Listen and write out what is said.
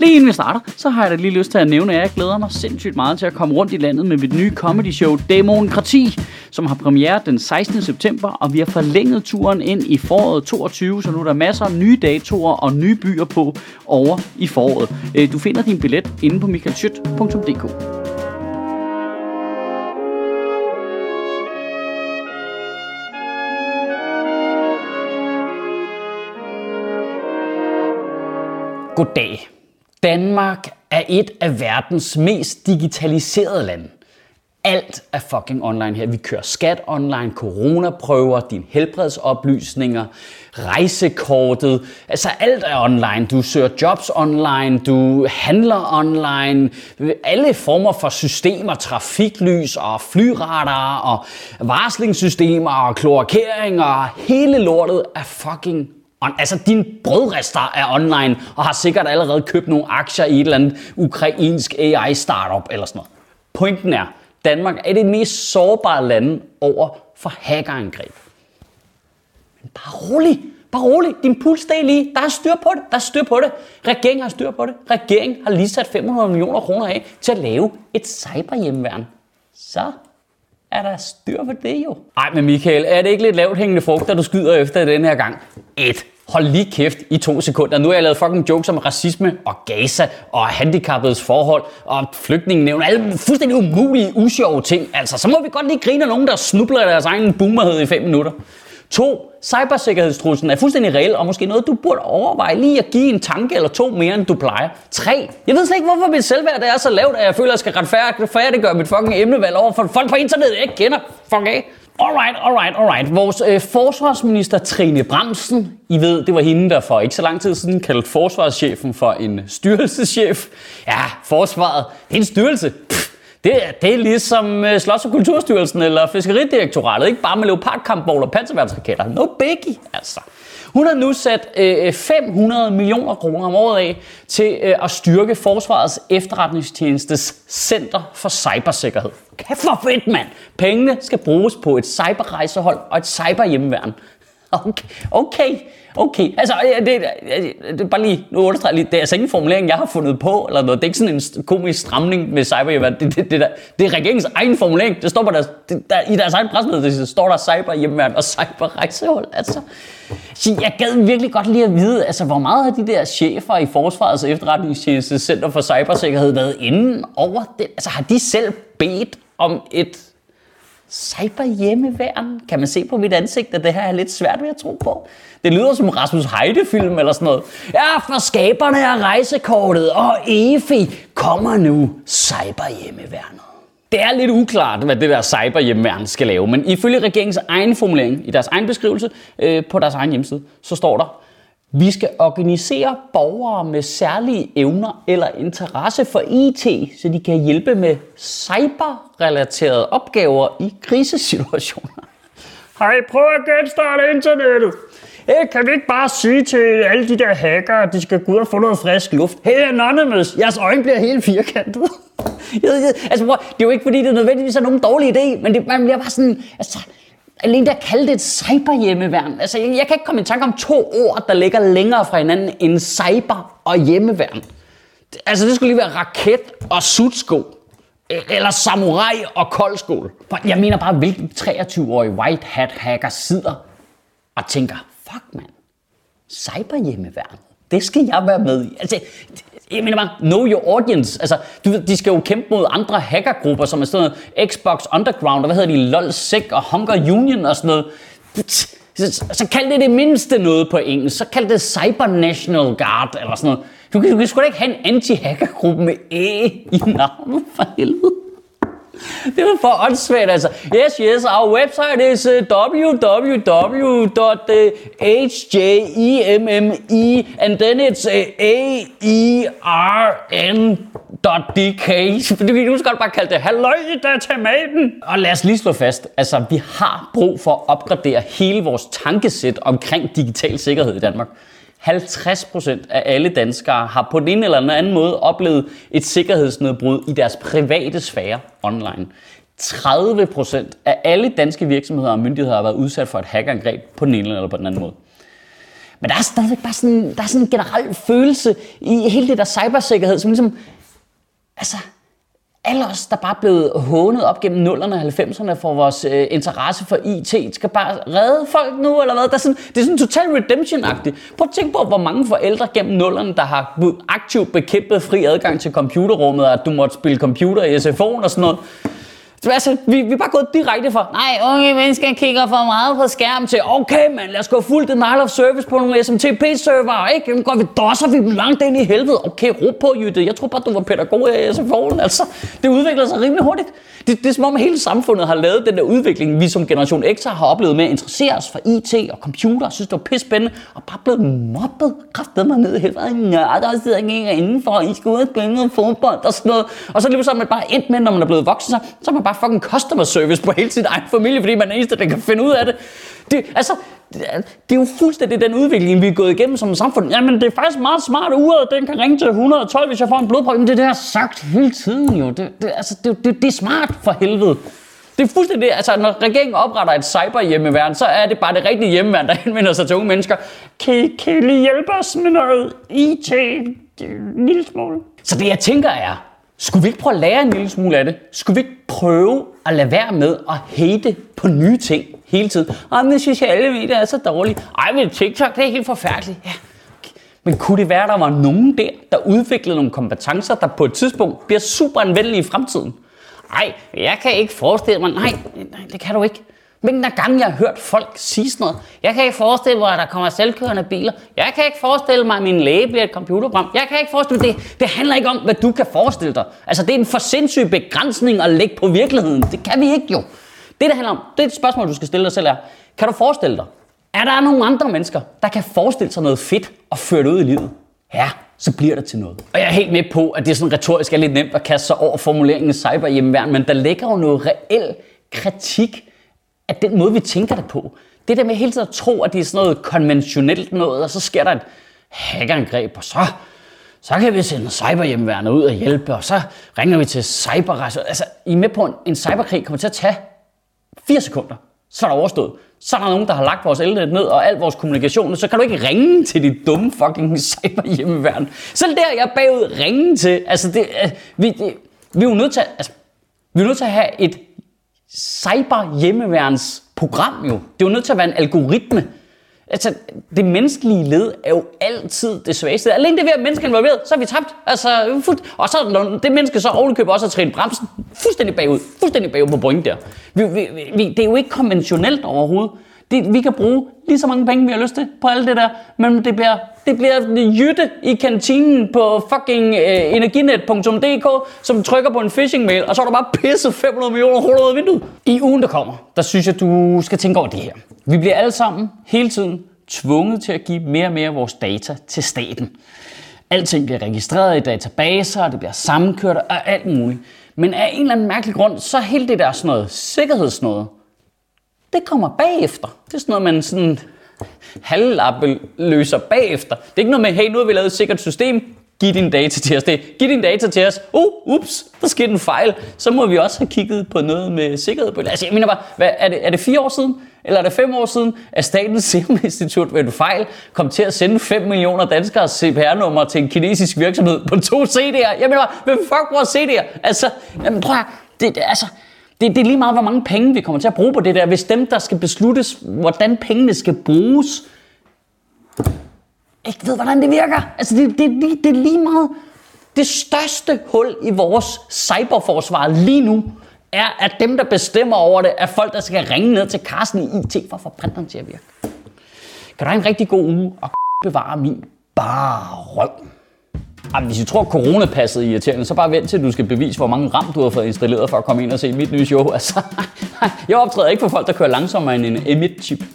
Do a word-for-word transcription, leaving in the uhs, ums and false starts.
Lige inden vi starter, så har jeg da lige lyst til at nævne, at jeg glæder mig sindssygt meget til at komme rundt i landet med mit nye comedy show Dæmonkrati, som har premiere den sekstende september, og vi har forlænget turen ind i foråret toogtyve, så nu er der masser af nye datoer og nye byer på over i foråret. Du finder din billet inde på michael schødt punktum d k. Goddag. Danmark er et af verdens mest digitaliserede lande. Alt er fucking online her. Vi kører skat online, coronaprøver, dine helbredsoplysninger, rejsekortet. Altså alt er online. Du søger jobs online, du handler online. Alle former for systemer, trafiklys og flyradar og varslingssystemer og kloakering og hele lortet er fucking altså, din brødrester er online og har sikkert allerede købt nogle aktier i et eller andet ukrainsk A I-startup eller sådan noget. Pointen er, Danmark er det mest sårbare lande over for hackerangreb. Men bare rolig, bare rolig. Din puls er lige. Der er styr på det, der er styr på det. Regeringen har styr på det. Regeringen har lige sat fem hundrede millioner kroner af til at lave et cyberhjemmeværn. Så er der styr på det jo. Ej, men Michael, er det ikke lidt lavt hængende frugter, du skyder efter den her gang? Et. Hold lige kæft i to sekunder. Nu har jeg lavet fucking jokes om racisme og Gaza og handicappedes forhold og flygtningenævn. Alle fuldstændig umulige, usjove ting. Altså, så må vi godt lige grine af nogen, der snubler af deres egen boomerhed i fem minutter. To. Cybersikkerhedstruslen er fuldstændig reel, og måske noget, du burde overveje lige at give en tanke eller to mere, end du plejer. Tre. Jeg ved slet ikke, hvorfor mit selvværd er så lavt, at jeg føler, at jeg skal retfærdiggøre mit fucking emnevalg over for folk på internettet, jeg ikke kender. Fuck af. Alright, alright, alright. Vores øh, forsvarsminister Trine Bramsen, I ved, det var hende, der for ikke så lang tid siden kaldte forsvarschefen for en styrelseschef. Ja, forsvaret, det er en styrelse. Pff, det, er, det er ligesom øh, Slots- og Kulturstyrelsen eller Fiskeridirektoratet, ikke bare med leopardkampvogne og panserværnsraketter. No biggie, altså. Hun har nu sat øh, fem hundrede millioner kroner om året af til øh, at styrke Forsvarets efterretningstjenestes Center for Cybersikkerhed. Kæft for fedt, mand! Pengene skal bruges på et cyberrejsehold og et cyberhjemmeværn. Okay, okay, okay. Altså, det, det, det er bare lige, nu understreger lige, det er altså ikke en formulering, jeg har fundet på, eller noget. Det er ikke sådan en komisk stramning med cyberhjemmeværn. Det, det, det, der, det er regeringens egen formulering. Det står på deres, det, der, i deres egen pressemeddelelse, står der cyberhjemmeværn og cyberrejsehold. Altså, jeg gad virkelig godt lige at vide, altså, hvor meget af de der chefer i Forsvarets efterretningstjeneste Center for Cybersikkerhed været inde over det? Altså, har de selv bedt om et cyberhjemmeværn? Kan man se på mit ansigt, at det her er lidt svært ved at tro på? Det lyder som en Rasmus Heide-film eller sådan noget. Ja, for skaberne af rejsekortet og E F I kommer nu cyberhjemmeværnet. Det er lidt uklart, hvad det der cyberhjemmeværn skal lave, men ifølge regeringens egen formulering, i deres egen beskrivelse øh, på deres egen hjemmeside, så står der: vi skal organisere borgere med særlige evner eller interesse for I T, så de kan hjælpe med cyberrelaterede opgaver i krisesituationer. Hej, prøv at genstarte internettet. Hey, kan vi ikke bare sige til alle de der hackere, at de skal gå ud og få noget frisk luft? Hey, Anonymous, jeres øjne bliver helt firkantet. Altså, prøv, det er jo ikke fordi, det er nødvendigvis er nogen dårlig idé, men det, man bliver bare sådan, altså, alene der kalde det et cyberhjemmeværn. Altså, jeg, jeg kan ikke komme i tanke om to ord, der ligger længere fra hinanden end cyber og hjemmeværn. Altså, det skulle lige være raket og sutsko. Eller samurai og koldskål. Jeg mener bare, hvilken treogtyve-årig white hat hacker sidder og tænker, fuck mand, cyberhjemmeværn, det skal jeg være med i. Altså, jeg mener bare, know your audience. Altså, du ved, de skal jo kæmpe mod andre hackergrupper, som er sådan noget Xbox Underground, og hvad hedder de, LOLsec og Hunger Union og sådan noget. Så, så kald det det mindste noget på engelsk. Så kald det Cyber National Guard eller sådan noget. Du kan, du kan sgu da ikke have en anti-hackergruppe med æ i navnet, for helvede. Det er for åndssvagt, altså. Yes, yes, our website is uh, w w w dot h j e m m e and then it's uh, a e r n dot d k. Du kan jo godt bare kalde det halløj i datamaten. Og lad os lige slå fast, altså vi har brug for at opgradere hele vores tankesæt omkring digital sikkerhed i Danmark. halvtreds procent af alle danskere har på den ene eller anden måde oplevet et sikkerhedsnedbrud i deres private sfære online. tredive procent af alle danske virksomheder og myndigheder har været udsat for et hackerangreb på den ene eller på den anden måde. Men der er stadigvæk bare sådan, der er sådan en generel følelse i hele det der cybersikkerhed, som ligesom, altså, alle os, der bare er blevet hånet op gennem nullerne og halvfemserne for vores øh, interesse for I T, skal bare redde folk nu, eller hvad? Der er sådan, det er sådan totalt redemption-agtigt. Prøv at tænke på, hvor mange forældre gennem nullerne, der har aktivt bekæmpet fri adgang til computerrummet, og at du måtte spille computer i S F O'en og sådan noget. Altså, vi, vi er bare gået direkte fra, nej, unge mennesker kigger for meget på skærm, til, okay, man, lad os gå fuldt denial of service på nogle S M T P-server, ikke? Nu går vi, dosser vi dem langt ind i helvede. Okay, råb på, Jytte. Jeg tror bare, du var pædagog i S F O'en. Altså, det udvikler sig rimelig hurtigt. Det, det er som om, hele samfundet har lavet den der udvikling, vi som Generation X'er har oplevet med at interessere os for I T og computer, og synes, det var pisse spændende, og bare blevet mobbet, kraftet mig ned i helvede. Ja, der sidder ikke indenfor, og I skal ud og spille noget fodbold og sådan noget. Og så lige så er man bare endt med, når man er blevet voksen, så, så er man bare fucking customer service på hele sin egen familie, fordi man er eneste, der kan finde ud af det. Det, altså, det, det er jo fuldstændig den udvikling, vi er gået igennem som samfund. Jamen, det er faktisk meget smart, at uret, den kan ringe til et hundrede og tolv, hvis jeg får en blodprøve. Men det er det, jeg har sagt hele tiden jo. Det, det, altså, det, det, det er smart for helvede. Det er fuldstændig, altså når regeringen opretter et cyberhjemmeværn, så er det bare det rigtige hjemmeværn, der henvender sig til unge mennesker. Kan, kan I lige hjælpe os med noget I T? En lille smule. Så det jeg tænker er, skulle vi ikke prøve at lære en lille smule af det? Skulle vi ikke prøve at lade være med at hate på nye ting hele tiden? Ej, men sociale medier er så dårlige. Ej, men TikTok, det er helt forfærdeligt. Ja. Men kunne det være, at der var nogen der, der udviklede nogle kompetencer, der på et tidspunkt bliver super anvendelige i fremtiden? Ej, jeg kan ikke forestille mig. Nej, nej, det kan du ikke. Hvilken gang jeg har hørt folk sige sådan noget. Jeg kan ikke forestille mig, at der kommer selvkørende biler. Jeg kan ikke forestille mig, at min læge bliver et computerprogram. Jeg kan ikke forestille mig det. Det handler ikke om, hvad du kan forestille dig. Altså, det er en for sindssyg begrænsning at lægge på virkeligheden. Det kan vi ikke jo. Det, det handler om, det er et spørgsmål, du skal stille dig selv er. Kan du forestille dig? Er der nogle andre mennesker, der kan forestille sig noget fedt og føre det ud i livet? Ja, så bliver det til noget. Og jeg er helt med på, at det er sådan retorisk er lidt nemt at kaste sig over formuleringen cyberhjemmeværn, men der ligger jo noget reel kritik af den måde, vi tænker det på. Det der med hele tiden at tro, at det er sådan noget konventionelt noget, og så sker der et hackerangreb, og så, så kan vi sende cyberhjemmeværnet ud og hjælpe, og så ringer vi til cyberrejser. Altså, I er med på, en, en cyberkrig kommer til at tage fire sekunder. Så er der overstået. Så er der nogen, der har lagt vores elnet ned og al vores kommunikation, så kan du ikke ringe til de dumme fucking cyberhjemmeværn. Selv der, jeg er bagud ringe til. Altså, det, vi, det, vi er jo nødt til, altså, vi er nødt til at have et cyberhjemmeværns program jo. Det er jo nødt til at være en algoritme. Altså, det menneskelige led er jo altid det svageste. Alene det ved at mennesker involveret, så er vi tabt. Altså, og så når det menneske så ovenikøber også at træne bremsen fuldstændig bagud. Fuldstændig bagud på point der. Vi, vi, vi, det er jo ikke konventionelt overhovedet. Det, vi kan bruge lige så mange penge, vi har lyst til på alt det der, men det bliver, det bliver Jytte i kantinen på fucking øh, energinet punktum d k, som trykker på en phishing-mail, og så er der bare pisset fem hundrede millioner kroner ud af vinduet. I ugen, der kommer, der synes jeg, du skal tænke over det her. Vi bliver alle sammen hele tiden tvunget til at give mere og mere af vores data til staten. Alting bliver registreret i databaser, og det bliver sammenkørt og alt muligt. Men af en eller anden mærkelig grund, så er hele det der sådan noget sikkerhedsnåde, det kommer bagefter. Det er sådan noget, man sådan halvlappe løser bagefter. Det er ikke noget med, hey, nu har vi lavet et sikkert system, giv dine data til os. Det giv dine data til os. Uh, ups, der skete en fejl. Så må vi også have kigget på noget med sikkerhed på det. Altså, jeg mener bare, hvad, er, det, er det fire år siden? Eller er det fem år siden, at Statens Serum Institut ved en fejl kom til at sende fem millioner danskers C P R-nummer til en kinesisk virksomhed på to C D'er? Jeg mener bare, hvem fuck bruger C D'er? Altså, jamen, prøv at, det, altså, Det, det er lige meget, hvor mange penge vi kommer til at bruge på det der. Hvis dem, der skal besluttes, hvordan pengene skal bruges, ikke ved, hvordan det virker. Altså, det, det, det, det er lige meget. Det største hul i vores cyberforsvar lige nu, er, at dem, der bestemmer over det, er folk, der skal ringe ned til Carsten i I T for at få printeren til at virke. Kan du have en rigtig god uge og bevare min bare røv? Jamen, hvis I tror, coronapasset er irriterende, så bare vent til, at du skal bevise, hvor mange RAM du har fået installeret for at komme ind og se mit nye show. Altså, jeg optræder ikke for folk, der kører langsommere end en M et chip.